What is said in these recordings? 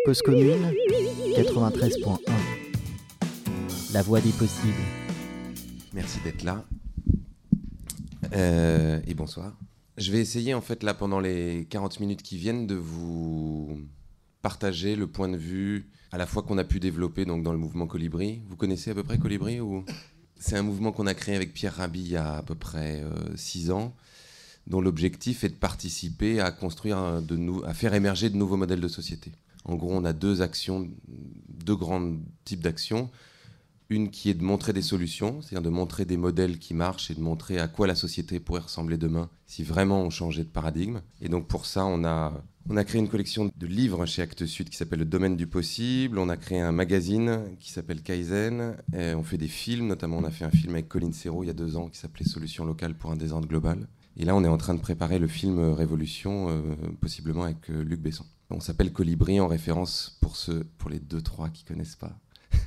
Cause Commune 93.1. La voix des possibles. Merci d'être là. Et bonsoir. Je vais essayer en fait là pendant les 40 minutes qui viennent de vous partager le point de vue à la fois qu'on a pu développer donc, dans le mouvement Colibri. Vous connaissez à peu près Colibri ou... C'est un mouvement qu'on a créé avec Pierre Rabhi il y a à peu près 6 ans, dont l'objectif est de participer à construire, à faire émerger de nouveaux modèles de société. En gros, on a deux grands types d'actions. Une qui est de montrer des solutions, c'est-à-dire de montrer des modèles qui marchent et de montrer à quoi la société pourrait ressembler demain si vraiment on changeait de paradigme. Et donc pour ça, on a créé une collection de livres chez Actes Sud qui s'appelle Le Domaine du Possible. On a créé un magazine qui s'appelle Kaizen. Et on fait des films, notamment on a fait un film avec Colin Serrault il y a 2 ans qui s'appelait Solutions locales pour un désordre global. Et là, on est en train de préparer le film Révolution, possiblement avec Luc Besson. On s'appelle Colibri en référence, pour les 2-3 qui ne connaissent pas,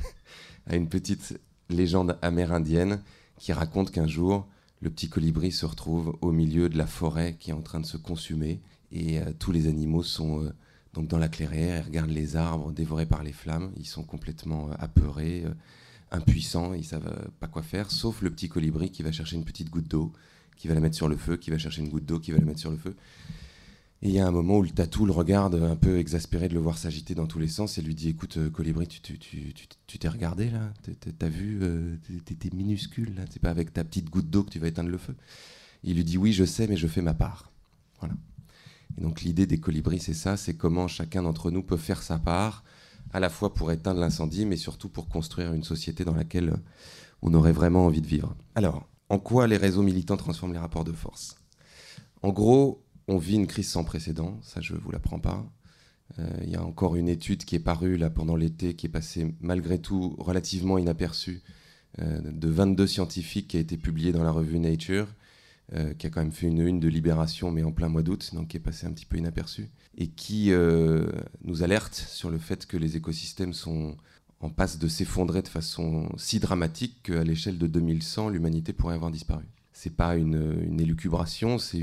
à une petite légende amérindienne qui raconte qu'un jour, le petit colibri se retrouve au milieu de la forêt qui est en train de se consumer et tous les animaux sont donc dans la clairière et regardent les arbres dévorés par les flammes. Ils sont complètement apeurés, impuissants, ils ne savent pas quoi faire, sauf le petit colibri qui va chercher une petite goutte d'eau, qui va la mettre sur le feu, qui va chercher une goutte d'eau, qui va la mettre sur le feu. Et il y a un moment où le tatou le regarde, un peu exaspéré de le voir s'agiter dans tous les sens, et lui dit « Écoute, Colibri, tu t'es regardé, là ? T'as vu, t'es minuscule, là. C'est pas avec ta petite goutte d'eau que tu vas éteindre le feu. » Il lui dit « Oui, je sais, mais je fais ma part. » Voilà. Et donc l'idée des colibris, c'est ça, c'est comment chacun d'entre nous peut faire sa part, à la fois pour éteindre l'incendie, mais surtout pour construire une société dans laquelle on aurait vraiment envie de vivre. Alors, en quoi les réseaux militants transforment les rapports de force ? En gros, on vit une crise sans précédent, ça je ne vous l'apprends pas. Il y a encore une étude qui est parue là, pendant l'été, qui est passée malgré tout relativement inaperçue, de 22 scientifiques, qui a été publiée dans la revue Nature, qui a quand même fait une une de Libération, mais en plein mois d'août, donc qui est passée un petit peu inaperçue, et qui nous alerte sur le fait que les écosystèmes sont en passe de s'effondrer de façon si dramatique qu'à l'échelle de 2100, l'humanité pourrait avoir disparu. Ce n'est pas une élucubration, c'est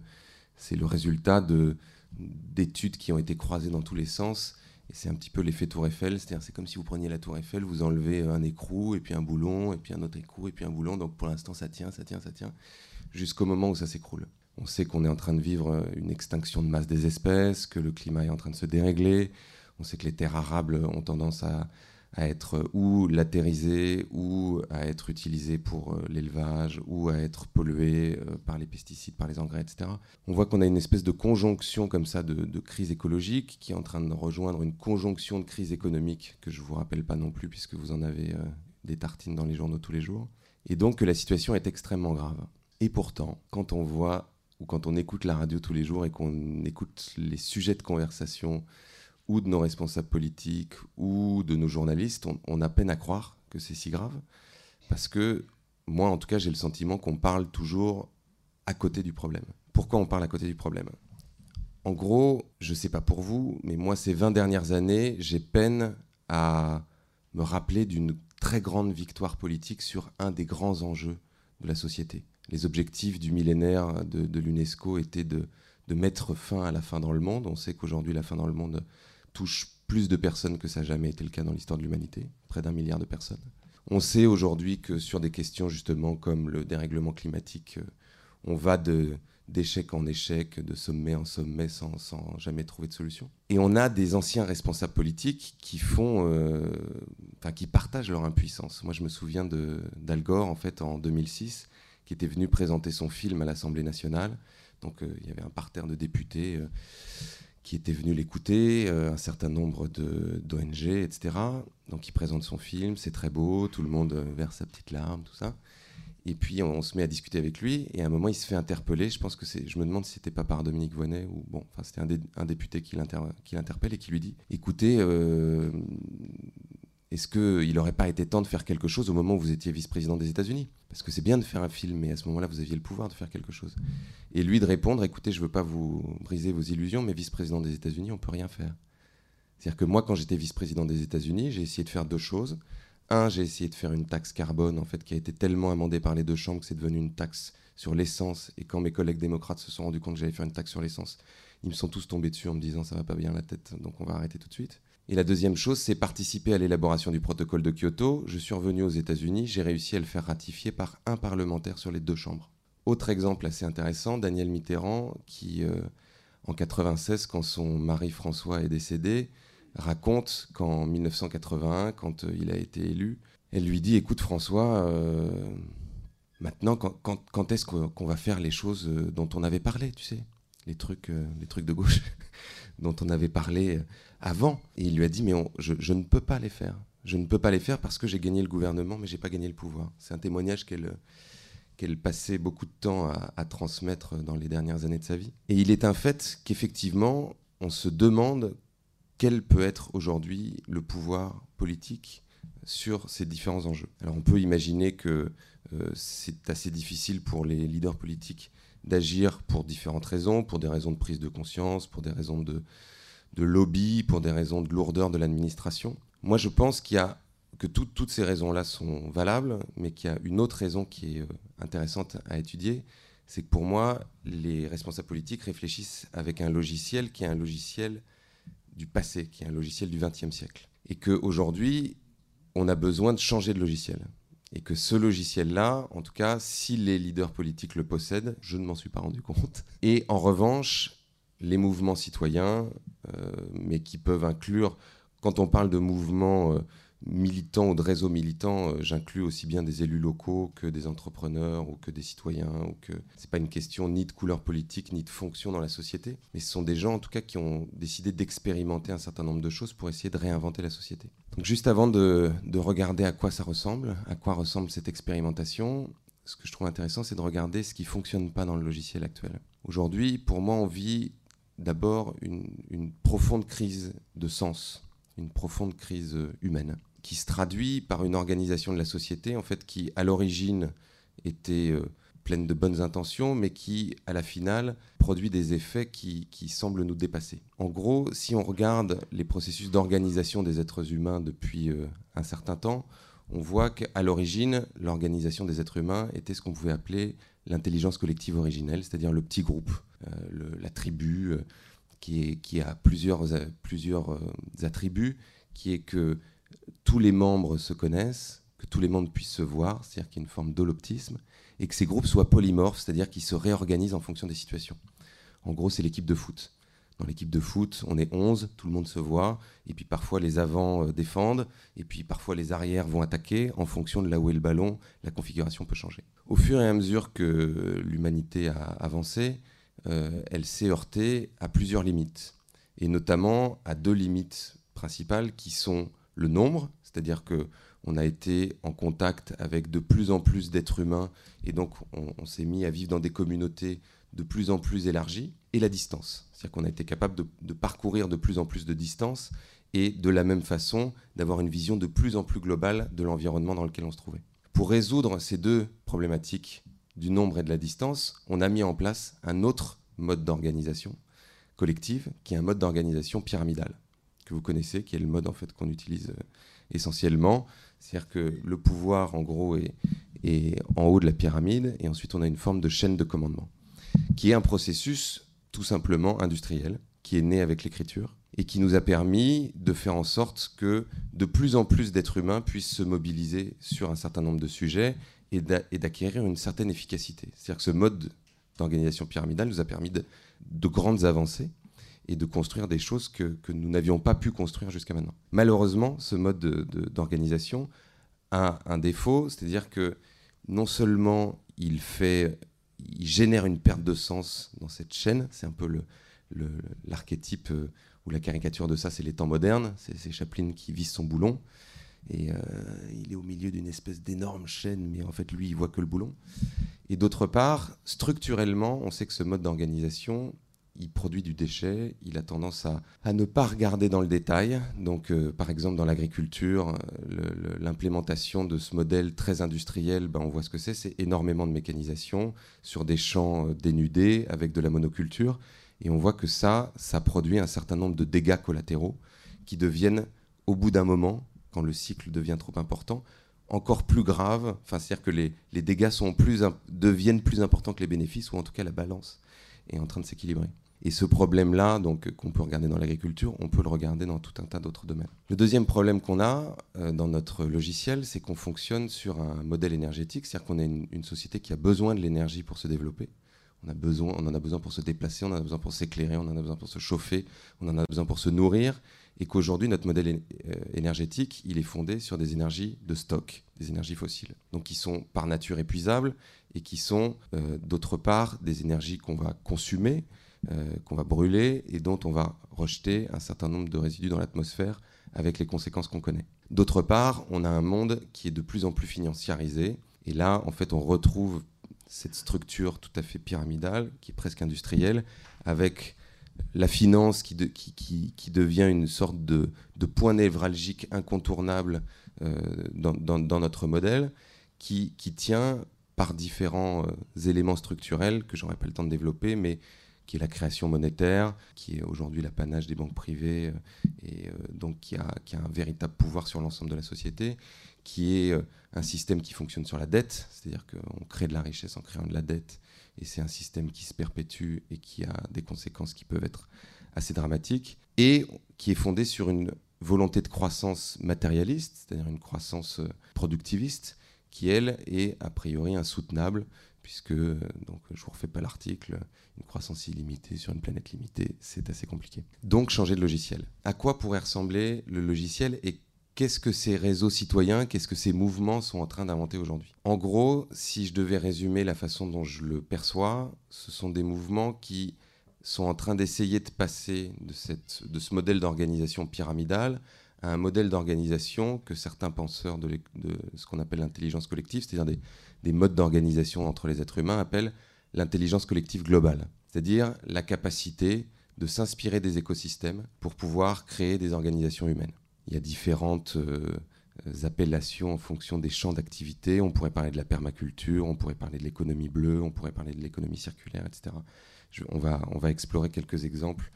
le résultat d'études qui ont été croisées dans tous les sens. Et c'est un petit peu l'effet Tour Eiffel. C'est-à-dire c'est comme si vous preniez la Tour Eiffel, vous enlevez un écrou, et puis un boulon, et puis un autre écrou, et puis un boulon. Donc pour l'instant, ça tient, jusqu'au moment où ça s'écroule. On sait qu'on est en train de vivre une extinction de masse des espèces, que le climat est en train de se dérégler. On sait que les terres arables ont tendance à être ou latérrisées, ou à être utilisées pour l'élevage, ou à être polluées par les pesticides, par les engrais, etc. On voit qu'on a une espèce de conjonction comme ça de crise écologique qui est en train de rejoindre une conjonction de crise économique que je ne vous rappelle pas non plus puisque vous en avez des tartines dans les journaux tous les jours. Et donc la situation est extrêmement grave. Et pourtant, quand on voit ou quand on écoute la radio tous les jours et qu'on écoute les sujets de conversation ou de nos responsables politiques, ou de nos journalistes, on a peine à croire que c'est si grave, parce que moi, en tout cas, j'ai le sentiment qu'on parle toujours à côté du problème. Pourquoi on parle à côté du problème ? En gros, je ne sais pas pour vous, mais moi, ces 20 dernières années, j'ai peine à me rappeler d'une très grande victoire politique sur un des grands enjeux de la société. Les objectifs du millénaire de l'UNESCO étaient de mettre fin à la faim dans le monde. On sait qu'aujourd'hui, la faim dans le monde touche plus de personnes que ça n'a jamais été le cas dans l'histoire de l'humanité, près d'1 milliard de personnes. On sait aujourd'hui que sur des questions justement comme le dérèglement climatique, on va d'échec en échec, de sommet en sommet sans jamais trouver de solution. Et on a des anciens responsables politiques qui qui partagent leur impuissance. Moi je me souviens d'Al Gore en fait en 2006, qui était venu présenter son film à l'Assemblée nationale. Donc il y avait un parterre de députés qui étaient venus l'écouter, un certain nombre d'ONG, etc. Donc il présente son film, c'est très beau, tout le monde verse sa petite larme, tout ça. Et puis on se met à discuter avec lui, et à un moment il se fait interpeller, je me demande si c'était pas par Dominique Voynet, ou bon, enfin c'était un député qui l'interpelle et qui lui dit « Écoutez, est-ce qu'il n'aurait pas été temps de faire quelque chose au moment où vous étiez vice-président des États-Unis ? Parce que c'est bien de faire un film, mais à ce moment-là, vous aviez le pouvoir de faire quelque chose. » Et lui de répondre « Écoutez, je ne veux pas vous briser vos illusions, mais vice-président des États-Unis, on ne peut rien faire. » C'est-à-dire que moi, quand j'étais vice-président des États-Unis, j'ai essayé de faire 2 choses. J'ai essayé de faire une taxe carbone, en fait, qui a été tellement amendée par les 2 chambres que c'est devenu une taxe sur l'essence. Et quand mes collègues démocrates se sont rendus compte que j'allais faire une taxe sur l'essence, ils me sont tous tombés dessus en me disant ça va pas bien la tête, donc on va arrêter tout de suite. Et la deuxième chose, c'est participer à l'élaboration du protocole de Kyoto. Je suis revenu aux États-Unis, j'ai réussi à le faire ratifier par un parlementaire sur les 2 chambres. Autre exemple assez intéressant, Danielle Mitterrand, qui en 1996, quand son mari François est décédé, raconte qu'en 1981, quand il a été élu, elle lui dit « Écoute François, maintenant, quand est-ce qu'on va faire les choses dont on avait parlé, tu sais, les trucs de gauche dont on avait parlé avant ?» Et il lui a dit « Mais je ne peux pas les faire. Je ne peux pas les faire parce que j'ai gagné le gouvernement, mais je n'ai pas gagné le pouvoir. » C'est un témoignage qu'elle passait beaucoup de temps à transmettre dans les dernières années de sa vie. Et il est un fait qu'effectivement, on se demande quel peut être aujourd'hui le pouvoir politique sur ces différents enjeux. Alors on peut imaginer que c'est assez difficile pour les leaders politiques d'agir pour différentes raisons, pour des raisons de prise de conscience, pour des raisons de lobby, pour des raisons de lourdeur de l'administration. Moi je pense que toutes ces raisons-là sont valables, mais qu'il y a une autre raison qui est intéressante à étudier, c'est que pour moi, les responsables politiques réfléchissent avec un logiciel qui est un logiciel du passé, qui est un logiciel du XXe siècle. Et qu'aujourd'hui, on a besoin de changer de logiciel. Et que ce logiciel-là, en tout cas, si les leaders politiques le possèdent, je ne m'en suis pas rendu compte. Et en revanche, les mouvements citoyens, mais qui peuvent inclure, quand on parle de mouvements militants ou de réseaux militants, j'inclus aussi bien des élus locaux que des entrepreneurs ou que des citoyens. C'est pas une question ni de couleur politique ni de fonction dans la société, mais ce sont des gens en tout cas qui ont décidé d'expérimenter un certain nombre de choses pour essayer de réinventer la société. Donc juste avant de regarder à quoi ça ressemble, à quoi ressemble cette expérimentation, ce que je trouve intéressant, c'est de regarder ce qui fonctionne pas dans le logiciel actuel. Aujourd'hui, pour moi, on vit d'abord une profonde crise de sens, une profonde crise humaine, qui se traduit par une organisation de la société en fait, qui, à l'origine, était pleine de bonnes intentions, mais qui, à la finale, produit des effets qui semblent nous dépasser. En gros, si on regarde les processus d'organisation des êtres humains depuis un certain temps, on voit qu'à l'origine, l'organisation des êtres humains était ce qu'on pouvait appeler l'intelligence collective originelle, c'est-à-dire le petit groupe, la tribu, qui a plusieurs attributs, qui est que tous les membres se connaissent, que tous les membres puissent se voir, c'est-à-dire qu'il y a une forme d'holoptisme, et que ces groupes soient polymorphes, c'est-à-dire qu'ils se réorganisent en fonction des situations. En gros, c'est l'équipe de foot. Dans l'équipe de foot, on est 11, tout le monde se voit, et puis parfois les avants défendent, et puis parfois les arrières vont attaquer. En fonction de là où est le ballon, la configuration peut changer. Au fur et à mesure que l'humanité a avancé, elle s'est heurtée à plusieurs limites, et notamment à 2 limites principales qui sont le nombre, c'est-à-dire qu'on a été en contact avec de plus en plus d'êtres humains, et donc on s'est mis à vivre dans des communautés de plus en plus élargies, et la distance. C'est-à-dire qu'on a été capable de parcourir de plus en plus de distance, et de la même façon d'avoir une vision de plus en plus globale de l'environnement dans lequel on se trouvait. Pour résoudre ces 2 problématiques du nombre et de la distance, on a mis en place un autre mode d'organisation collective, qui est un mode d'organisation pyramidale, que vous connaissez, qui est le mode en fait, qu'on utilise essentiellement. C'est-à-dire que le pouvoir, en gros, est en haut de la pyramide, et ensuite on a une forme de chaîne de commandement, qui est un processus tout simplement industriel, qui est né avec l'écriture, et qui nous a permis de faire en sorte que de plus en plus d'êtres humains puissent se mobiliser sur un certain nombre de sujets et d'acquérir une certaine efficacité. C'est-à-dire que ce mode d'organisation pyramidale nous a permis de grandes avancées et de construire des choses que nous n'avions pas pu construire jusqu'à maintenant. Malheureusement, ce mode d'organisation a un défaut, c'est-à-dire que non seulement il génère une perte de sens dans cette chaîne, c'est un peu l'archétype ou la caricature de ça, c'est les temps modernes, c'est Chaplin qui visse son boulon, et il est au milieu d'une espèce d'énorme chaîne, mais en fait lui il voit que le boulon. Et d'autre part, structurellement, on sait que ce mode d'organisation, il produit du déchet, il a tendance à ne pas regarder dans le détail. Donc, par exemple, dans l'agriculture, l'implémentation de ce modèle très industriel, on voit ce que c'est énormément de mécanisation sur des champs dénudés avec de la monoculture. Et on voit que ça produit un certain nombre de dégâts collatéraux qui deviennent, au bout d'un moment, quand le cycle devient trop important, encore plus graves. C'est-à-dire que les dégâts deviennent plus importants que les bénéfices, ou en tout cas la balance est en train de s'équilibrer. Et ce problème-là, donc, qu'on peut regarder dans l'agriculture, on peut le regarder dans tout un tas d'autres domaines. Le deuxième problème qu'on a dans notre logiciel, c'est qu'on fonctionne sur un modèle énergétique, c'est-à-dire qu'on est une société qui a besoin de l'énergie pour se développer. On en a besoin pour se déplacer, on en a besoin pour s'éclairer, on en a besoin pour se chauffer, on en a besoin pour se nourrir, et qu'aujourd'hui, notre modèle énergétique, il est fondé sur des énergies de stock, des énergies fossiles, donc qui sont par nature épuisables, et qui sont, d'autre part, des énergies qu'on va consommer, qu'on va brûler et dont on va rejeter un certain nombre de résidus dans l'atmosphère avec les conséquences qu'on connaît. D'autre part, on a un monde qui est de plus en plus financiarisé et là, en fait, on retrouve cette structure tout à fait pyramidale, qui est presque industrielle, avec la finance qui devient une sorte de point névralgique incontournable dans notre modèle, qui tient par différents éléments structurels que j'aurais pas le temps de développer, mais qui est la création monétaire, qui est aujourd'hui l'apanage des banques privées, et donc qui a un véritable pouvoir sur l'ensemble de la société, qui est un système qui fonctionne sur la dette, c'est-à-dire qu'on crée de la richesse en créant de la dette, et c'est un système qui se perpétue et qui a des conséquences qui peuvent être assez dramatiques, et qui est fondé sur une volonté de croissance matérialiste, c'est-à-dire une croissance productiviste, qui, elle, est a priori insoutenable, puisque, donc, je ne vous refais pas l'article, une croissance illimitée sur une planète limitée, c'est assez compliqué. Donc, changer de logiciel. À quoi pourrait ressembler le logiciel et qu'est-ce que ces réseaux citoyens, qu'est-ce que ces mouvements sont en train d'inventer aujourd'hui ? En gros, si je devais résumer la façon dont je le perçois, ce sont des mouvements qui sont en train d'essayer de passer de ce modèle d'organisation pyramidale à un modèle d'organisation que certains penseurs de ce qu'on appelle l'intelligence collective, c'est-à-dire des modes d'organisation entre les êtres humains, appellent l'intelligence collective globale, c'est-à-dire la capacité de s'inspirer des écosystèmes pour pouvoir créer des organisations humaines. Il y a différentes appellations en fonction des champs d'activité. On pourrait parler de la permaculture, on pourrait parler de l'économie bleue, on pourrait parler de l'économie circulaire, etc. On va explorer quelques exemples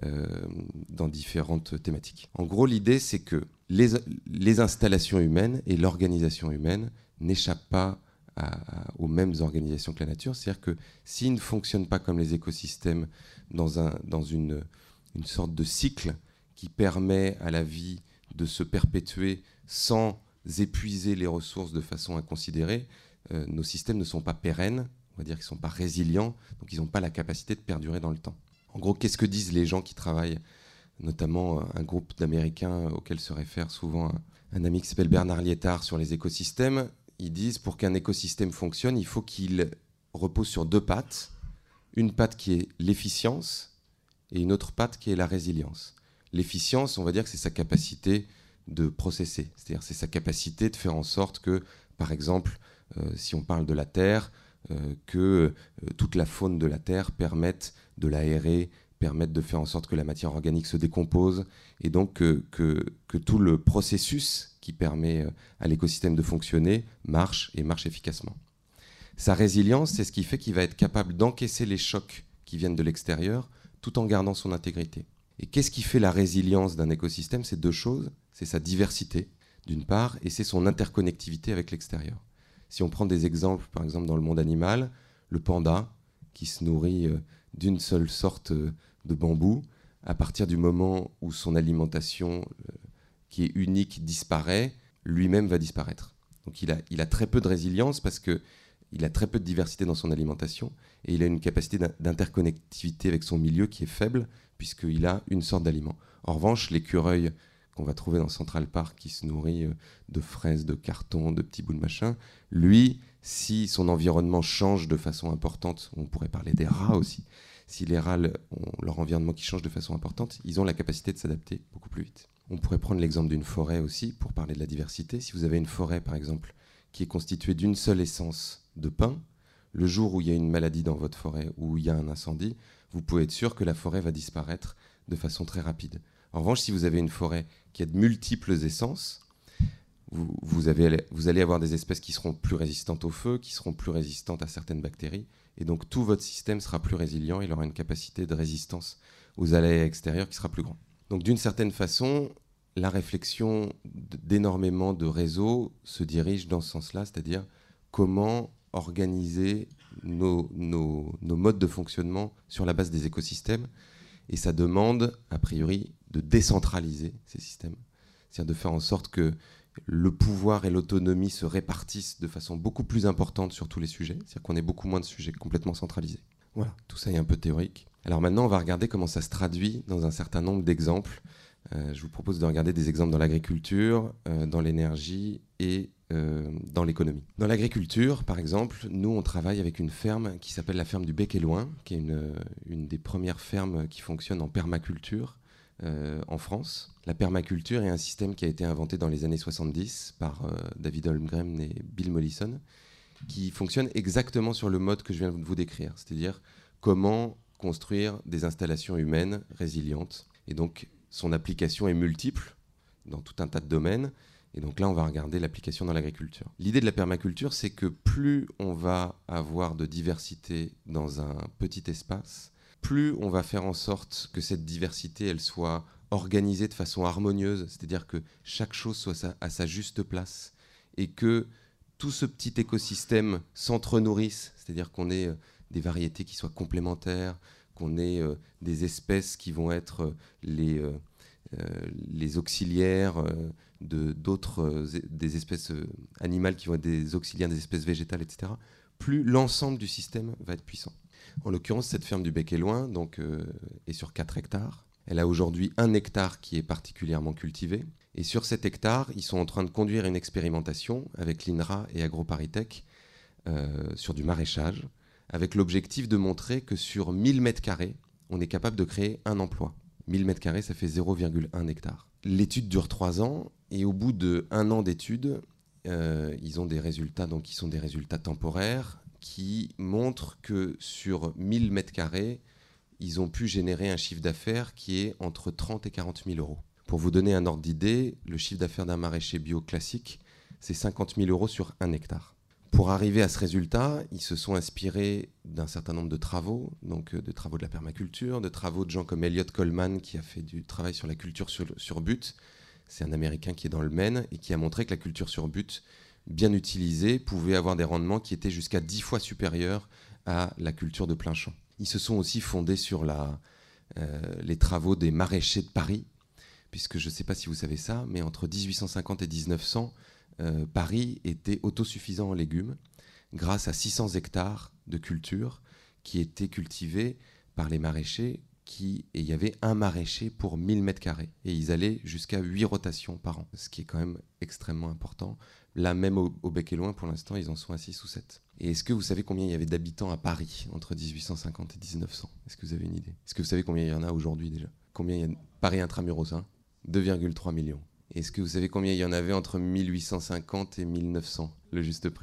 dans différentes thématiques. En gros, l'idée, c'est que les installations humaines et l'organisation humaine n'échappent pas aux mêmes organisations que la nature. C'est-à-dire que s'ils ne fonctionnent pas comme les écosystèmes dans une sorte de cycle qui permet à la vie de se perpétuer sans épuiser les ressources de façon inconsidérée, nos systèmes ne sont pas pérennes, on va dire qu'ils ne sont pas résilients, donc ils n'ont pas la capacité de perdurer dans le temps. En gros, qu'est-ce que disent les gens qui travaillent, notamment un groupe d'Américains auquel se réfère souvent un ami qui s'appelle Bernard Lietard sur les écosystèmes? Ils disent pour qu'un écosystème fonctionne, il faut qu'il repose sur deux pattes. Une patte qui est l'efficience et une autre patte qui est la résilience. L'efficience, on va dire que c'est sa capacité de processer, c'est-à-dire c'est sa capacité de faire en sorte que, par exemple, si on parle de la Terre, que toute la faune de la Terre permette de l'aérer, permette de faire en sorte que la matière organique se décompose, et donc que tout le processus qui permet à l'écosystème de fonctionner marche et marche efficacement. Sa résilience, c'est ce qui fait qu'il va être capable d'encaisser les chocs qui viennent de l'extérieur tout en gardant son intégrité. Et qu'est-ce qui fait la résilience d'un écosystème ? C'est deux choses. C'est sa diversité, d'une part, et c'est son interconnectivité avec l'extérieur. Si on prend des exemples, par exemple dans le monde animal, le panda, qui se nourrit d'une seule sorte de bambou, à partir du moment où son alimentation, qui est unique, disparaît, lui-même va disparaître. Donc il a très peu de résilience parce qu'il a très peu de diversité dans son alimentation et il a une capacité d'interconnectivité avec son milieu qui est faible puisqu'il a une sorte d'aliment. En revanche, l'écureuil qu'on va trouver dans Central Park qui se nourrit de fraises, de cartons, de petits bouts de machin, lui, si son environnement change de façon importante, on pourrait parler des rats aussi, si les rats ont leur environnement qui change de façon importante, ils ont la capacité de s'adapter beaucoup plus vite. On pourrait prendre l'exemple d'une forêt aussi pour parler de la diversité. Si vous avez une forêt, par exemple, qui est constituée d'une seule essence de pin, le jour où il y a une maladie dans votre forêt, où il y a un incendie, vous pouvez être sûr que la forêt va disparaître de façon très rapide. En revanche, si vous avez une forêt qui a de multiples essences, vous allez avoir des espèces qui seront plus résistantes au feu, qui seront plus résistantes à certaines bactéries, et donc tout votre système sera plus résilient, il aura une capacité de résistance aux aléas extérieurs qui sera plus grande. Donc d'une certaine façon, la réflexion d'énormément de réseaux se dirige dans ce sens-là, c'est-à-dire comment organiser nos modes de fonctionnement sur la base des écosystèmes. Et ça demande, a priori, de décentraliser ces systèmes. C'est-à-dire de faire en sorte que le pouvoir et l'autonomie se répartissent de façon beaucoup plus importante sur tous les sujets. C'est-à-dire qu'on ait beaucoup moins de sujets complètement centralisés. Voilà, tout ça est un peu théorique. Alors maintenant, on va regarder comment ça se traduit dans un certain nombre d'exemples. Je vous propose de regarder des exemples dans l'agriculture, dans l'énergie et dans l'économie. Dans l'agriculture, par exemple, nous, on travaille avec une ferme qui s'appelle la ferme du Bec et Loing, qui est une des premières fermes qui fonctionne en permaculture en France. La permaculture est un système qui a été inventé dans les années 70 par David Holmgren et Bill Mollison, qui fonctionne exactement sur le mode que je viens de vous décrire, c'est-à-dire comment construire des installations humaines résilientes. Et donc, son application est multiple dans tout un tas de domaines. Et donc là, on va regarder l'application dans l'agriculture. L'idée de la permaculture, c'est que plus on va avoir de diversité dans un petit espace, plus on va faire en sorte que cette diversité, elle soit organisée de façon harmonieuse, c'est-à-dire que chaque chose soit à sa juste place et que tout ce petit écosystème s'entre-nourrisse, c'est-à-dire qu'on ait des variétés qui soient complémentaires, qu'on ait des espèces qui vont être les auxiliaires des espèces animales qui vont être des auxiliaires des espèces végétales, etc., plus l'ensemble du système va être puissant. En l'occurrence, cette ferme du Bec et Loing est sur 4 hectares. Elle a aujourd'hui 1 hectare qui est particulièrement cultivé. Et sur cet hectare, ils sont en train de conduire une expérimentation avec l'INRA et AgroParisTech sur du maraîchage, avec l'objectif de montrer que sur 1000 m², on est capable de créer un emploi. 1000 m², ça fait 0,1 hectare. L'étude dure 3 ans, et au bout de 1 an d'étude, ils ont des résultats qui sont des résultats temporaires, qui montrent que sur 1000 m², ils ont pu générer un chiffre d'affaires qui est entre 30 et 40 000 euros. Pour vous donner un ordre d'idée, le chiffre d'affaires d'un maraîcher bio classique, c'est 50 000 euros sur 1 hectare. Pour arriver à ce résultat, ils se sont inspirés d'un certain nombre de travaux, donc de travaux de la permaculture, de travaux de gens comme Elliott Coleman, qui a fait du travail sur la culture sur but. C'est un Américain qui est dans le Maine et qui a montré que la culture sur but, bien utilisée, pouvait avoir des rendements qui étaient jusqu'à 10 fois supérieurs à la culture de plein champ. Ils se sont aussi fondés sur les travaux des maraîchers de Paris, puisque je ne sais pas si vous savez ça, mais entre 1850 et 1900, Paris était autosuffisant en légumes grâce à 600 hectares de cultures qui étaient cultivés par les maraîchers et il y avait un maraîcher pour 1000 m². Et ils allaient jusqu'à 8 rotations par an, ce qui est quand même extrêmement important. Là, même au Bec et Loing, pour l'instant, ils en sont à 6 ou 7. Et est-ce que vous savez combien il y avait d'habitants à Paris entre 1850 et 1900 ? Est-ce que vous avez une idée ? Est-ce que vous savez combien il y en a aujourd'hui déjà ? Combien il y a Paris intramuros, 2,3 millions. Est-ce que vous savez combien il y en avait entre 1850 et 1900 ? Le juste prix ?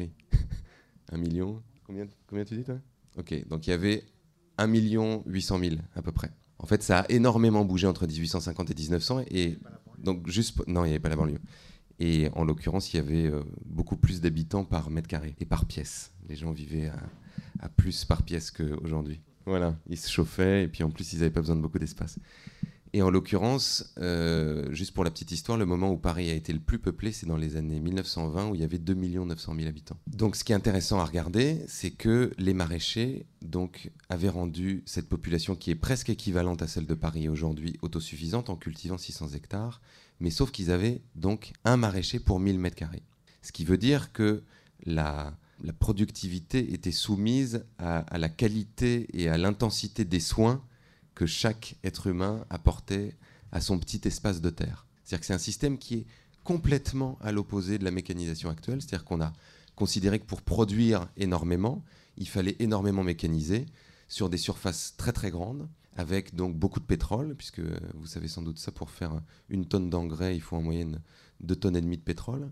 1 million ? Combien tu dis, toi ? Ok, donc il y avait 1 800 000 à peu près. En fait, ça a énormément bougé entre 1850 et 1900. Et donc non, il n'y avait pas la banlieue. Et en l'occurrence, il y avait beaucoup plus d'habitants par mètre carré et par pièce. Les gens vivaient à plus par pièce qu'aujourd'hui. Voilà, ils se chauffaient et puis en plus, ils n'avaient pas besoin de beaucoup d'espace. Et en l'occurrence, juste pour la petite histoire, le moment où Paris a été le plus peuplé, c'est dans les années 1920, où il y avait 2 900 000 habitants. Donc ce qui est intéressant à regarder, c'est que les maraîchers avaient rendu cette population qui est presque équivalente à celle de Paris aujourd'hui autosuffisante en cultivant 600 hectares, mais sauf qu'ils avaient donc un maraîcher pour 1000 m². Ce qui veut dire que la productivité était soumise à la qualité et à l'intensité des soins que chaque être humain apportait à son petit espace de terre. C'est-à-dire que c'est un système qui est complètement à l'opposé de la mécanisation actuelle. C'est-à-dire qu'on a considéré que pour produire énormément, il fallait énormément mécaniser sur des surfaces très très grandes, avec donc beaucoup de pétrole, puisque vous savez sans doute ça, pour faire 1 tonne d'engrais, il faut en moyenne 2,5 tonnes de pétrole,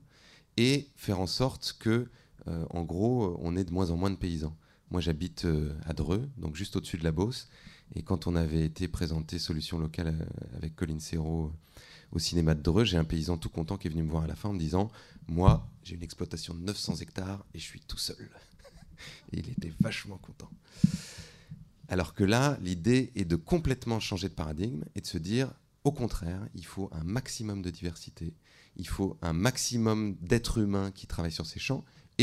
et faire en sorte que, en gros, on ait de moins en moins de paysans. Moi, j'habite à Dreux, donc juste au-dessus de la Beauce. Et quand on avait été présenté Solutions Locales avec Colline Serrault au cinéma de Dreux, j'ai un paysan tout content qui est venu me voir à la fin en me disant « Moi, j'ai une exploitation de 900 hectares et je suis tout seul. » Et il était vachement content. Alors que là, l'idée est de complètement changer de paradigme et de se dire « Au contraire, il faut un maximum de diversité, il faut un maximum d'êtres humains qui travaillent sur ces champs et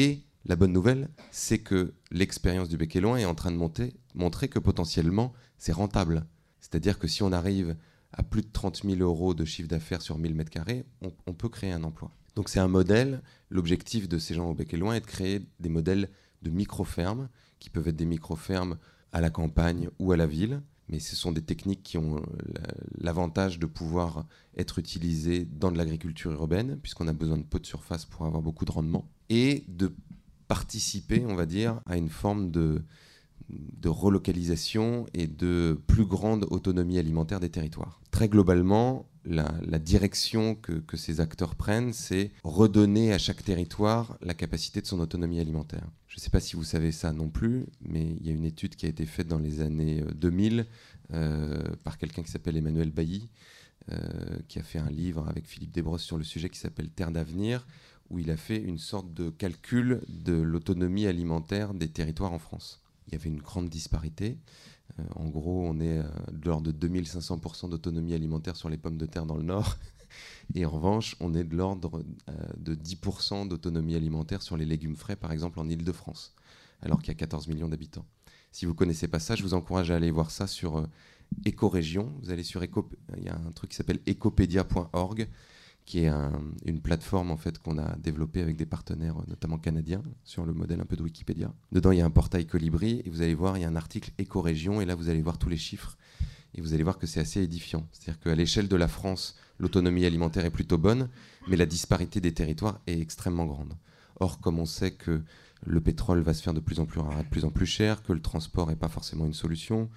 La bonne nouvelle, c'est que l'expérience du Bec et Loing est en train de montrer que potentiellement, c'est rentable. C'est-à-dire que si on arrive à plus de 30 000 euros de chiffre d'affaires sur 1000 m², on peut créer un emploi. Donc c'est un modèle. L'objectif de ces gens au Bec et Loing est de créer des modèles de micro-fermes, qui peuvent être des micro-fermes à la campagne ou à la ville. Mais ce sont des techniques qui ont l'avantage de pouvoir être utilisées dans de l'agriculture urbaine, puisqu'on a besoin de peu de surface pour avoir beaucoup de rendement, et de participer, on va dire, à une forme de relocalisation et de plus grande autonomie alimentaire des territoires. Très globalement, la direction que ces acteurs prennent, c'est redonner à chaque territoire la capacité de son autonomie alimentaire. Je ne sais pas si vous savez ça non plus, mais il y a une étude qui a été faite dans les années 2000 par quelqu'un qui s'appelle Emmanuel Bailly, qui a fait un livre avec Philippe Desbrosses sur le sujet qui s'appelle Terre d'avenir, où il a fait une sorte de calcul de l'autonomie alimentaire des territoires en France. Il y avait une grande disparité. En gros, on est de l'ordre de 2500% d'autonomie alimentaire sur les pommes de terre dans le Nord. Et en revanche, on est de l'ordre de 10% d'autonomie alimentaire sur les légumes frais, par exemple en Île-de-France, alors qu'il y a 14 millions d'habitants. Si vous ne connaissez pas ça, je vous encourage à aller voir ça sur Écorégion. Vous allez sur il y a un truc qui s'appelle ecopedia.org, qui est une plateforme en fait, qu'on a développée avec des partenaires, notamment canadiens, sur le modèle un peu de Wikipédia. Dedans, il y a un portail Colibri, et vous allez voir, il y a un article Écorégion, et là, vous allez voir tous les chiffres, et vous allez voir que c'est assez édifiant. C'est-à-dire qu'à l'échelle de la France, l'autonomie alimentaire est plutôt bonne, mais la disparité des territoires est extrêmement grande. Or, comme on sait que le pétrole va se faire de plus en plus rare, de plus en plus cher, que le transport n'est pas forcément une solution,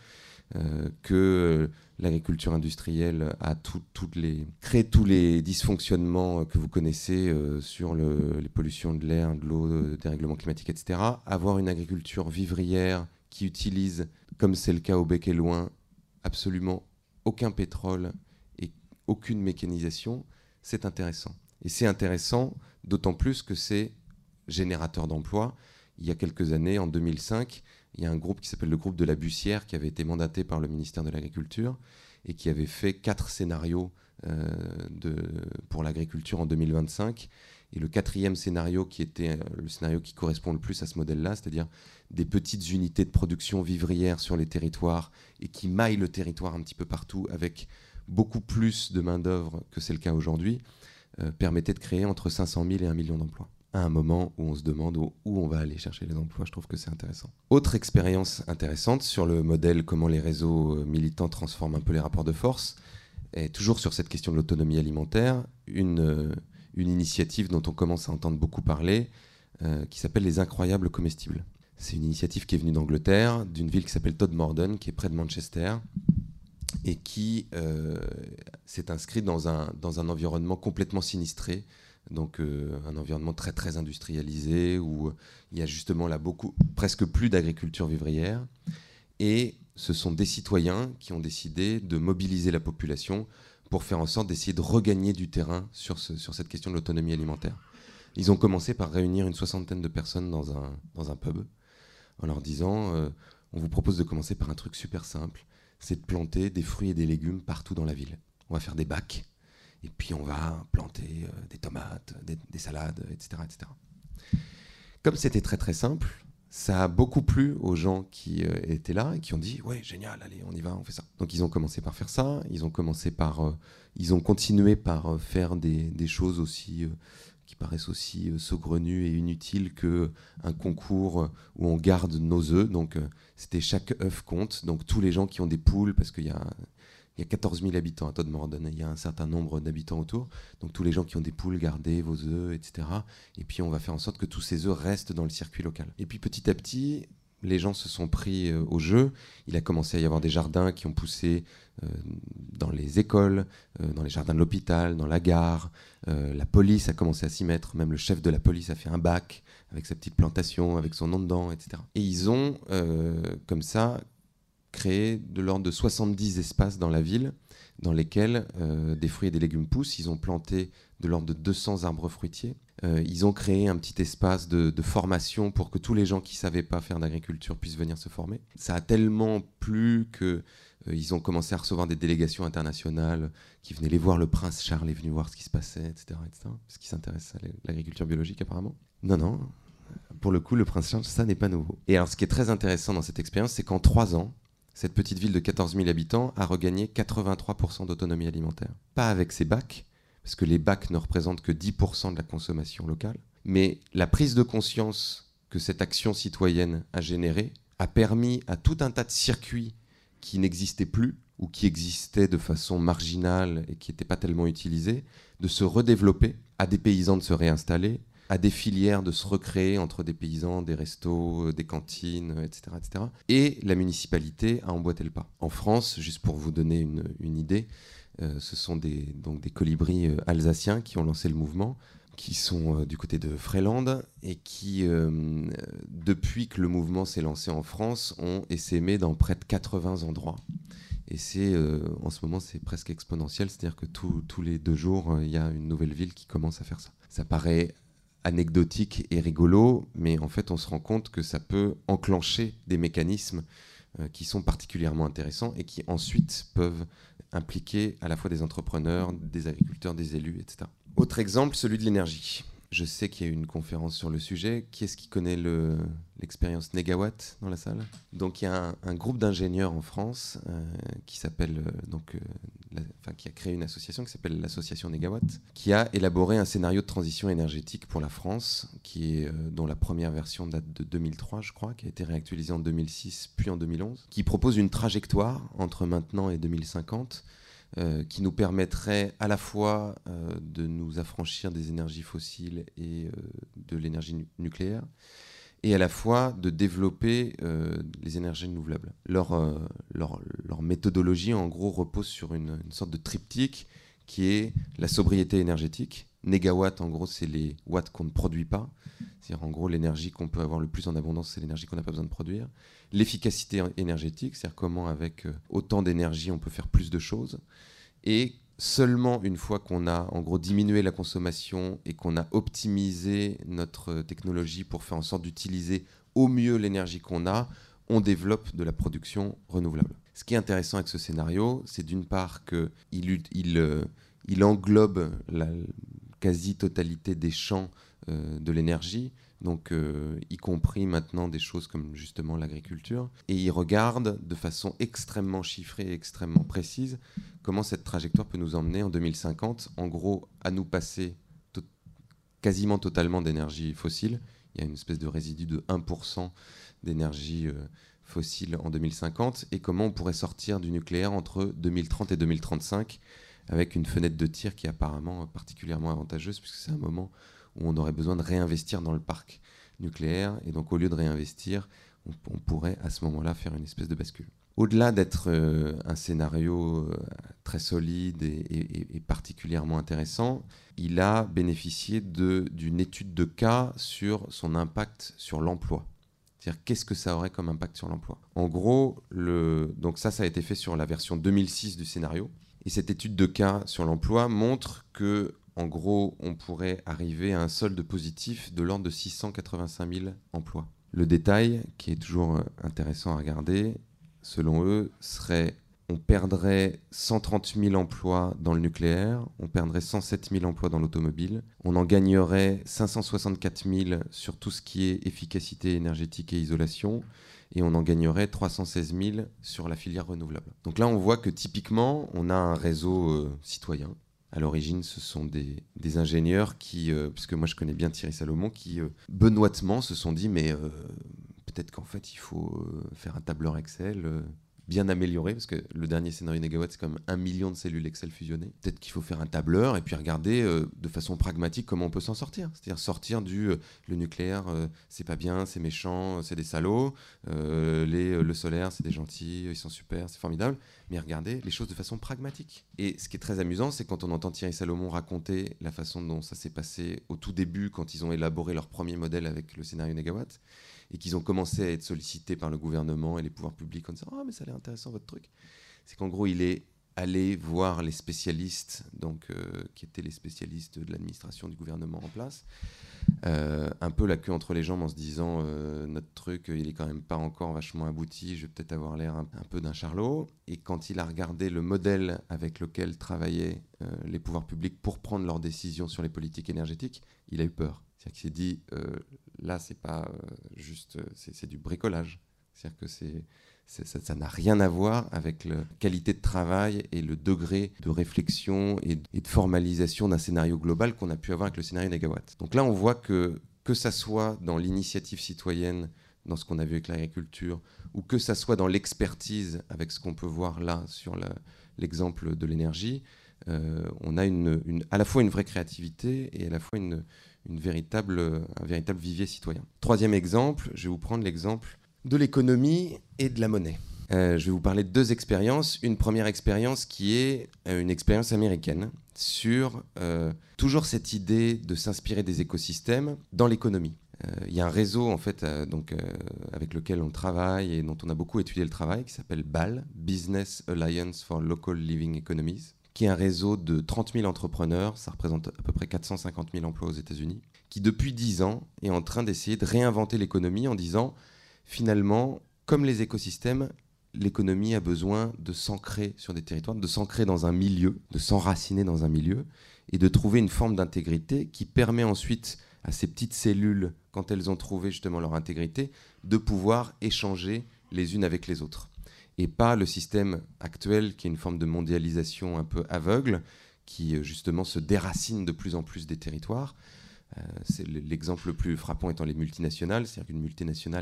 que l'agriculture industrielle a crée tous les dysfonctionnements que vous connaissez sur les pollutions de l'air, de l'eau, dérèglements climatiques, etc. Avoir une agriculture vivrière qui utilise, comme c'est le cas au Bec et Loing, absolument aucun pétrole et aucune mécanisation, c'est intéressant. Et c'est intéressant d'autant plus que c'est générateur d'emplois. Il y a quelques années, en 2005, il y a un groupe qui s'appelle le groupe de la Bussière qui avait été mandaté par le ministère de l'Agriculture et qui avait fait 4 scénarios pour l'agriculture en 2025. Et le 4e scénario, qui était le scénario qui correspond le plus à ce modèle-là, c'est-à-dire des petites unités de production vivrières sur les territoires et qui maillent le territoire un petit peu partout avec beaucoup plus de main-d'œuvre que c'est le cas aujourd'hui, permettait de créer entre 500 000 et 1 million d'emplois. À un moment où on se demande où on va aller chercher les emplois, je trouve que c'est intéressant. Autre expérience intéressante sur le modèle comment les réseaux militants transforment un peu les rapports de force, et toujours sur cette question de l'autonomie alimentaire, une initiative dont on commence à entendre beaucoup parler, qui s'appelle les incroyables comestibles. C'est une initiative qui est venue d'Angleterre, d'une ville qui s'appelle Todmorden, qui est près de Manchester, et qui s'est inscrite dans un environnement complètement sinistré. Donc un environnement très très industrialisé où il y a justement là presque plus d'agriculture vivrière, et ce sont des citoyens qui ont décidé de mobiliser la population pour faire en sorte d'essayer de regagner du terrain sur cette question de l'autonomie alimentaire. Ils ont commencé par réunir une 60aine de personnes dans un pub en leur disant on vous propose de commencer par un truc super simple, c'est de planter des fruits et des légumes partout dans la ville. On va faire des bacs. Et puis on va planter des tomates, des salades, etc., etc. Comme c'était très très simple, ça a beaucoup plu aux gens qui étaient là et qui ont dit « Ouais, génial, allez, on y va, on fait ça ». Donc ils ont commencé par faire ça, ils ont continué par faire des choses aussi qui paraissent aussi saugrenues et inutiles qu'un concours où on garde nos œufs. Donc c'était chaque œuf compte, donc tous les gens qui ont des poules, parce qu'il y a 14 000 habitants à Todmorden, il y a un certain nombre d'habitants autour. Donc tous les gens qui ont des poules, gardez vos œufs, etc. Et puis on va faire en sorte que tous ces œufs restent dans le circuit local. Et puis petit à petit, les gens se sont pris au jeu. Il a commencé à y avoir des jardins qui ont poussé dans les écoles, dans les jardins de l'hôpital, dans la gare. La police a commencé à s'y mettre. Même le chef de la police a fait un bac avec sa petite plantation, avec son nom dedans, etc. Et ils ont, comme ça, créé de l'ordre de 70 espaces dans la ville dans lesquels des fruits et des légumes poussent. Ils ont planté de l'ordre de 200 arbres fruitiers. Ils ont créé un petit espace de formation pour que tous les gens qui ne savaient pas faire d'agriculture puissent venir se former. Ça a tellement plu qu'ils ont commencé à recevoir des délégations internationales qui venaient les voir. Le prince Charles est venu voir ce qui se passait, etc. parce qu'il s'intéresse à l'agriculture biologique apparemment. Non, pour le coup, le prince Charles, ça n'est pas nouveau. Et alors, ce qui est très intéressant dans cette expérience, c'est qu'en 3 ans, cette petite ville de 14 000 habitants a regagné 83% d'autonomie alimentaire. Pas avec ses bacs, parce que les bacs ne représentent que 10% de la consommation locale, mais la prise de conscience que cette action citoyenne a générée a permis à tout un tas de circuits qui n'existaient plus ou qui existaient de façon marginale et qui n'étaient pas tellement utilisés, de se redévelopper, à des paysans de se réinstaller, à des filières de se recréer entre des paysans, des restos, des cantines, etc., etc. Et la municipalité a emboîté le pas. En France, juste pour vous donner une idée, ce sont des colibris alsaciens qui ont lancé le mouvement, qui sont du côté de Freiland et qui, depuis que le mouvement s'est lancé en France, ont essaimé dans près de 80 endroits. Et en ce moment, c'est presque exponentiel, c'est-à-dire que tous les 2 jours, il y a une nouvelle ville qui commence à faire ça. Ça paraît anecdotique et rigolo, mais en fait, on se rend compte que ça peut enclencher des mécanismes qui sont particulièrement intéressants et qui ensuite peuvent impliquer à la fois des entrepreneurs, des agriculteurs, des élus, etc. Autre exemple, celui de l'énergie. Je sais qu'il y a eu une conférence sur le sujet. Qui est-ce qui connaît l'expérience Négawatt dans la salle ? Donc il y a un groupe d'ingénieurs en France qui a créé une association qui s'appelle l'association Négawatt, qui a élaboré un scénario de transition énergétique pour la France, dont la première version date de 2003, je crois, qui a été réactualisée en 2006 puis en 2011, qui propose une trajectoire entre maintenant et 2050 qui nous permettrait à la fois de nous affranchir des énergies fossiles et de l'énergie nucléaire, et à la fois de développer les énergies renouvelables. Leur méthodologie, en gros, repose sur une sorte de triptyque qui est la sobriété énergétique. Négawatt, en gros, c'est les watts qu'on ne produit pas. C'est-à-dire, en gros, l'énergie qu'on peut avoir le plus en abondance, c'est l'énergie qu'on n'a pas besoin de produire. L'efficacité énergétique, c'est-à-dire comment, avec autant d'énergie, on peut faire plus de choses. Et seulement une fois qu'on a, en gros, diminué la consommation et qu'on a optimisé notre technologie pour faire en sorte d'utiliser au mieux l'énergie qu'on a, on développe de la production renouvelable. Ce qui est intéressant avec ce scénario, c'est d'une part qu'il englobe la quasi-totalité des champs de l'énergie, donc y compris maintenant des choses comme justement l'agriculture, et il regarde de façon extrêmement chiffrée et extrêmement précise comment cette trajectoire peut nous emmener en 2050, en gros, à nous passer quasiment totalement d'énergie fossile. Il y a une espèce de résidu de 1% d'énergie fossile en 2050, et comment on pourrait sortir du nucléaire entre 2030 et 2035 avec une fenêtre de tir qui est apparemment particulièrement avantageuse, puisque c'est un moment où on aurait besoin de réinvestir dans le parc nucléaire, et donc au lieu de réinvestir, on pourrait à ce moment-là faire une espèce de bascule. Au-delà d'être un scénario très solide et particulièrement intéressant, il a bénéficié d'une étude de cas sur son impact sur l'emploi. C'est-à-dire, qu'est-ce que ça aurait comme impact sur l'emploi ? En gros, donc ça a été fait sur la version 2006 du scénario. Et cette étude de cas sur l'emploi montre que, en gros, on pourrait arriver à un solde positif de l'ordre de 685 000 emplois. Le détail, qui est toujours intéressant à regarder, selon eux, serait on perdrait 130 000 emplois dans le nucléaire, on perdrait 107 000 emplois dans l'automobile, on en gagnerait 564 000 sur tout ce qui est efficacité énergétique et isolation, et on en gagnerait 316 000 sur la filière renouvelable. Donc là, on voit que typiquement, on a un réseau citoyen. À l'origine, ce sont des ingénieurs qui, puisque moi je connais bien Thierry Salomon, qui benoîtement se sont dit, mais peut-être qu'en fait, il faut faire un tableur Excel bien amélioré, parce que le dernier scénario Négawatt, c'est quand même 1 million de cellules Excel fusionnées. Peut-être qu'il faut faire un tableur et puis regarder de façon pragmatique comment on peut s'en sortir. C'est-à-dire sortir le nucléaire, c'est pas bien, c'est méchant, c'est des salauds. Le solaire, c'est des gentils, ils sont super, c'est formidable. Mais regardez les choses de façon pragmatique. Et ce qui est très amusant, c'est quand on entend Thierry Salomon raconter la façon dont ça s'est passé au tout début, quand ils ont élaboré leur premier modèle avec le scénario Négawatt, et qu'ils ont commencé à être sollicités par le gouvernement et les pouvoirs publics en disant « Ah, mais ça a l'air intéressant votre truc ». C'est qu'en gros, il est allé voir les spécialistes, qui étaient les spécialistes de l'administration du gouvernement en place, un peu la queue entre les jambes en se disant notre truc, il est quand même pas encore vachement abouti, je vais peut-être avoir l'air un peu d'un charlot. Et quand il a regardé le modèle avec lequel travaillaient les pouvoirs publics pour prendre leurs décisions sur les politiques énergétiques, il a eu peur. C'est-à-dire qu'il s'est dit là, c'est pas juste, c'est du bricolage. C'est-à-dire que ça n'a rien à voir avec la qualité de travail et le degré de réflexion et de formalisation d'un scénario global qu'on a pu avoir avec le scénario Negawatt. Donc là, on voit que ça soit dans l'initiative citoyenne, dans ce qu'on a vu avec l'agriculture, ou que ça soit dans l'expertise, avec ce qu'on peut voir là sur l'exemple de l'énergie, on a à la fois une vraie créativité et à la fois un véritable vivier citoyen. Troisième exemple, je vais vous prendre l'exemple de l'économie et de la monnaie. Je vais vous parler de 2 expériences. Une première expérience qui est une expérience américaine sur toujours cette idée de s'inspirer des écosystèmes dans l'économie. Il y a un réseau en fait, avec lequel on travaille et dont on a beaucoup étudié le travail, qui s'appelle BAL, Business Alliance for Local Living Economies, qui est un réseau de 30 000 entrepreneurs, ça représente à peu près 450 000 emplois aux États-Unis, qui depuis 10 ans est en train d'essayer de réinventer l'économie en disant finalement, comme les écosystèmes, l'économie a besoin de s'ancrer sur des territoires, de s'ancrer dans un milieu, de s'enraciner dans un milieu et de trouver une forme d'intégrité qui permet ensuite à ces petites cellules, quand elles ont trouvé justement leur intégrité, de pouvoir échanger les unes avec les autres. Et pas le système actuel qui est une forme de mondialisation un peu aveugle, qui justement se déracine de plus en plus des territoires. C'est l'exemple le plus frappant étant les multinationales, c'est-à-dire qu'une multinationale,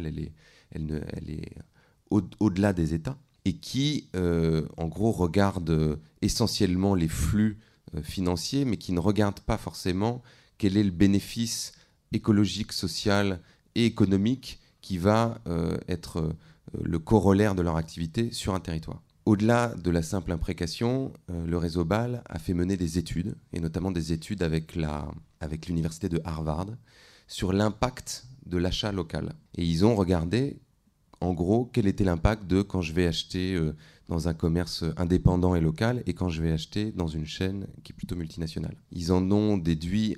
elle est au-delà des États, et qui, en gros, regarde essentiellement les flux financiers, mais qui ne regarde pas forcément quel est le bénéfice écologique, social et économique qui va être le corollaire de leur activité sur un territoire. Au-delà de la simple imprécation, le réseau BAL a fait mener des études, et notamment des études avec l'université de Harvard, sur l'impact de l'achat local. Et ils ont regardé, en gros, quel était l'impact de quand je vais acheter dans un commerce indépendant et local et quand je vais acheter dans une chaîne qui est plutôt multinationale. Ils en ont déduit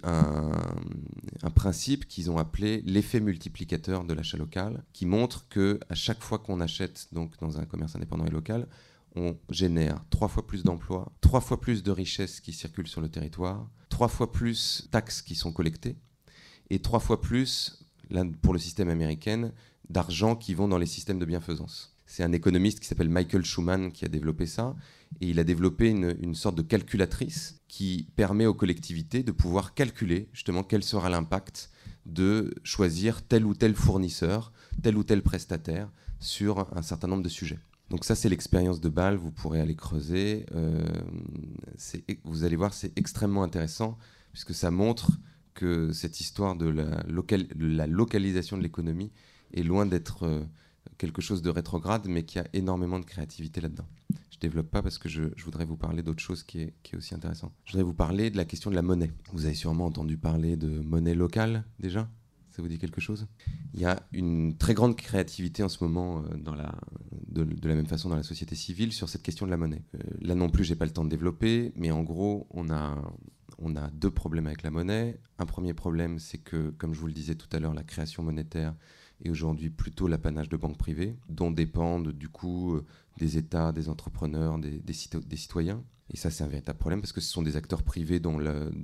un principe qu'ils ont appelé l'effet multiplicateur de l'achat local, qui montre qu'à chaque fois qu'on achète donc, dans un commerce indépendant et local, on génère 3 fois plus d'emplois, 3 fois plus de richesses qui circulent sur le territoire, 3 fois plus de taxes qui sont collectées et 3 fois plus, là, pour le système américain, d'argent qui vont dans les systèmes de bienfaisance. C'est un économiste qui s'appelle Michael Schuman qui a développé ça, et il a développé une sorte de calculatrice qui permet aux collectivités de pouvoir calculer justement quel sera l'impact de choisir tel ou tel fournisseur, tel ou tel prestataire sur un certain nombre de sujets. Donc ça, c'est l'expérience de BAL, vous pourrez aller creuser. Vous allez voir, c'est extrêmement intéressant, puisque ça montre que cette histoire de la localisation de l'économie est loin d'être quelque chose de rétrograde, mais qu'il y a énormément de créativité là-dedans. Je ne développe pas parce que je voudrais vous parler d'autre chose qui est aussi intéressant. Je voudrais vous parler de la question de la monnaie. Vous avez sûrement entendu parler de monnaie locale, déjà ? Ça vous dit quelque chose ? Il y a une très grande créativité en ce moment de la même façon dans la société civile sur cette question de la monnaie. Là non plus, je n'ai pas le temps de développer, mais en gros, on a 2 problèmes avec la monnaie. Un premier problème, c'est que, comme je vous le disais tout à l'heure, la création monétaire est aujourd'hui plutôt l'apanage de banques privées, dont dépendent du coup des États, des entrepreneurs, des citoyens. Et ça, c'est un véritable problème parce que ce sont des acteurs privés dont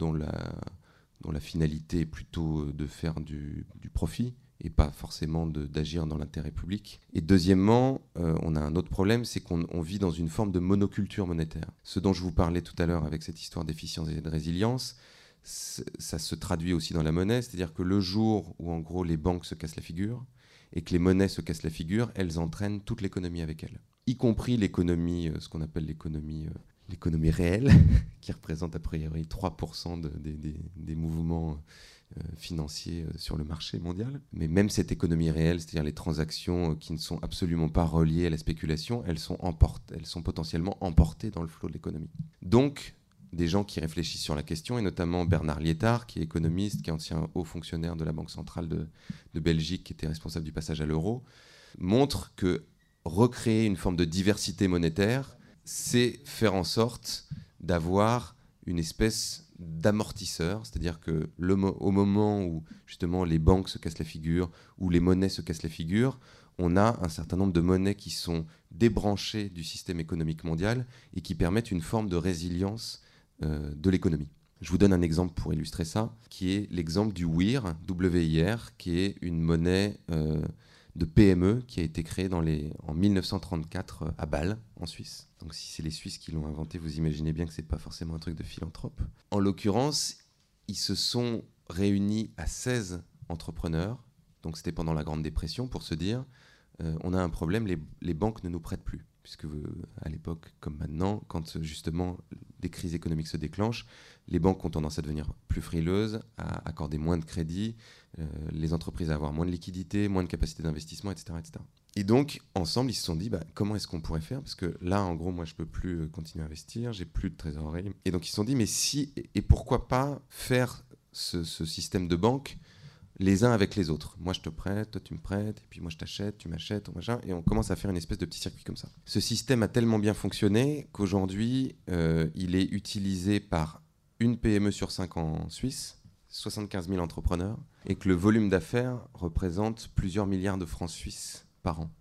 la finalité est plutôt de faire du profit et pas forcément d'agir dans l'intérêt public. Et deuxièmement, on a un autre problème, c'est qu'on vit dans une forme de monoculture monétaire. Ce dont je vous parlais tout à l'heure avec cette histoire d'efficience et de résilience, ça se traduit aussi dans la monnaie, c'est-à-dire que le jour où en gros les banques se cassent la figure et que les monnaies se cassent la figure, elles entraînent toute l'économie avec elles, y compris l'économie, ce qu'on appelle l'économie réelle, qui représente a priori 3% des mouvements financiers sur le marché mondial. Mais même cette économie réelle, c'est-à-dire les transactions qui ne sont absolument pas reliées à la spéculation, elles sont potentiellement emportées dans le flot de l'économie. Donc, des gens qui réfléchissent sur la question, et notamment Bernard Liétard, qui est économiste, qui est ancien haut fonctionnaire de la Banque centrale de Belgique, qui était responsable du passage à l'euro, montrent que recréer une forme de diversité monétaire, c'est faire en sorte d'avoir une espèce d'amortisseur, c'est-à-dire que au moment où justement les banques se cassent la figure, ou les monnaies se cassent la figure, on a un certain nombre de monnaies qui sont débranchées du système économique mondial et qui permettent une forme de résilience de l'économie. Je vous donne un exemple pour illustrer ça, qui est l'exemple du WIR, W-I-R, qui est une monnaie de PME qui a été créée en 1934 à Bâle, en Suisse. Donc si c'est les Suisses qui l'ont inventé, vous imaginez bien que ce n'est pas forcément un truc de philanthrope. En l'occurrence, ils se sont réunis à 16 entrepreneurs, donc c'était pendant la Grande Dépression, pour se dire on a un problème, les banques ne nous prêtent plus. Puisque à l'époque, comme maintenant, quand justement des crises économiques se déclenchent, les banques ont tendance à devenir plus frileuses, à accorder moins de crédit, les entreprises à avoir moins de liquidités, moins de capacité d'investissement, etc., etc. Et donc, ensemble, ils se sont dit, comment est-ce qu'on pourrait faire ? Parce que là, en gros, moi, je ne peux plus continuer à investir, j'ai plus de trésorerie. Et donc, ils se sont dit, mais si, et pourquoi pas faire ce système de banque les uns avec les autres. Moi, je te prête, toi, tu me prêtes, et puis moi, je t'achète, tu m'achètes, machin, et on commence à faire une espèce de petit circuit comme ça. Ce système a tellement bien fonctionné qu'aujourd'hui, il est utilisé par une PME sur 5 en Suisse, 75 000 entrepreneurs, et que le volume d'affaires représente plusieurs milliards de francs suisses par an.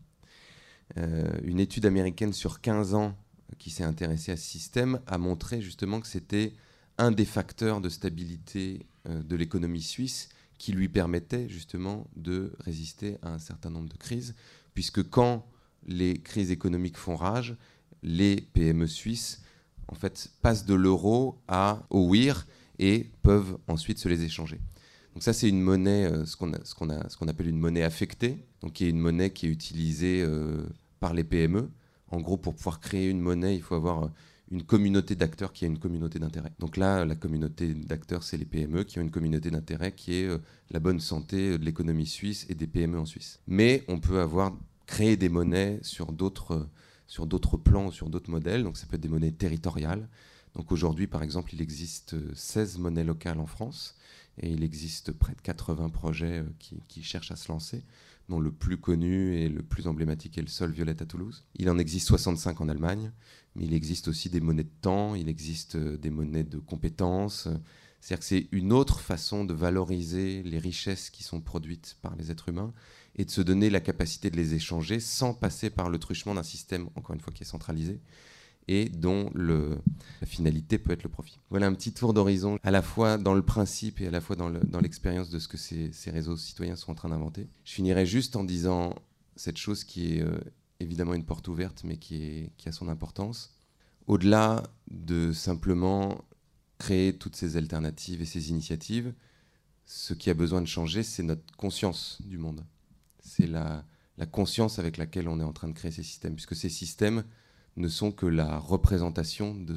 Une étude américaine sur 15 ans qui s'est intéressée à ce système a montré justement que c'était un des facteurs de stabilité de l'économie suisse qui lui permettait justement de résister à un certain nombre de crises, puisque quand les crises économiques font rage, les PME suisses en fait, passent de l'euro au WIR et peuvent ensuite se les échanger. Donc ça, c'est une monnaie, ce qu'on appelle une monnaie affectée, donc qui est une monnaie qui est utilisée par les PME. En gros, pour pouvoir créer une monnaie, il faut avoir une communauté d'acteurs qui a une communauté d'intérêt. Donc là, la communauté d'acteurs, c'est les PME qui ont une communauté d'intérêt qui est la bonne santé de l'économie suisse et des PME en Suisse. Mais on peut créer des monnaies sur d'autres plans, sur d'autres modèles. Donc ça peut être des monnaies territoriales. Donc aujourd'hui, par exemple, il existe 16 monnaies locales en France et il existe près de 80 projets qui cherchent à se lancer, dont le plus connu et le plus emblématique est le Sol Violette à Toulouse. Il en existe 65 en Allemagne, mais il existe aussi des monnaies de temps, il existe des monnaies de compétences. C'est-à-dire que c'est une autre façon de valoriser les richesses qui sont produites par les êtres humains et de se donner la capacité de les échanger sans passer par le truchement d'un système, encore une fois, qui est centralisé et dont la finalité peut être le profit. Voilà un petit tour d'horizon, à la fois dans le principe et à la fois dans l'expérience de ce que ces réseaux citoyens sont en train d'inventer. Je finirai juste en disant cette chose qui est évidemment une porte ouverte, mais qui a son importance. Au-delà de simplement créer toutes ces alternatives et ces initiatives, ce qui a besoin de changer, c'est notre conscience du monde. C'est la conscience avec laquelle on est en train de créer ces systèmes, puisque ces systèmes ne sont que la représentation de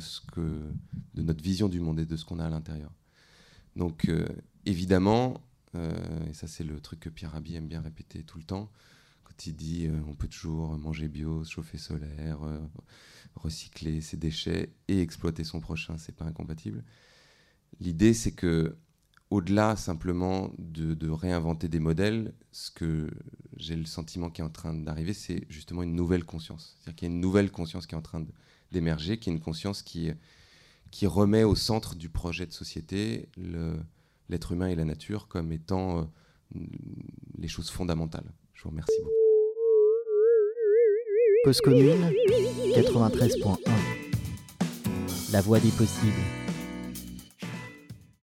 notre vision du monde et de ce qu'on a à l'intérieur. Donc évidemment, et ça c'est le truc que Pierre Rabhi aime bien répéter tout le temps, quand il dit on peut toujours manger bio, se chauffer solaire, recycler ses déchets et exploiter son prochain, c'est pas incompatible. L'idée c'est que au-delà simplement de réinventer des modèles, ce que j'ai le sentiment qui est en train d'arriver, c'est justement une nouvelle conscience. C'est-à-dire qu'il y a une nouvelle conscience qui est en train d'émerger, qui est une conscience qui remet au centre du projet de société l'être humain et la nature comme étant les choses fondamentales. Je vous remercie beaucoup. Cause commune 93.1. La voie des possibles.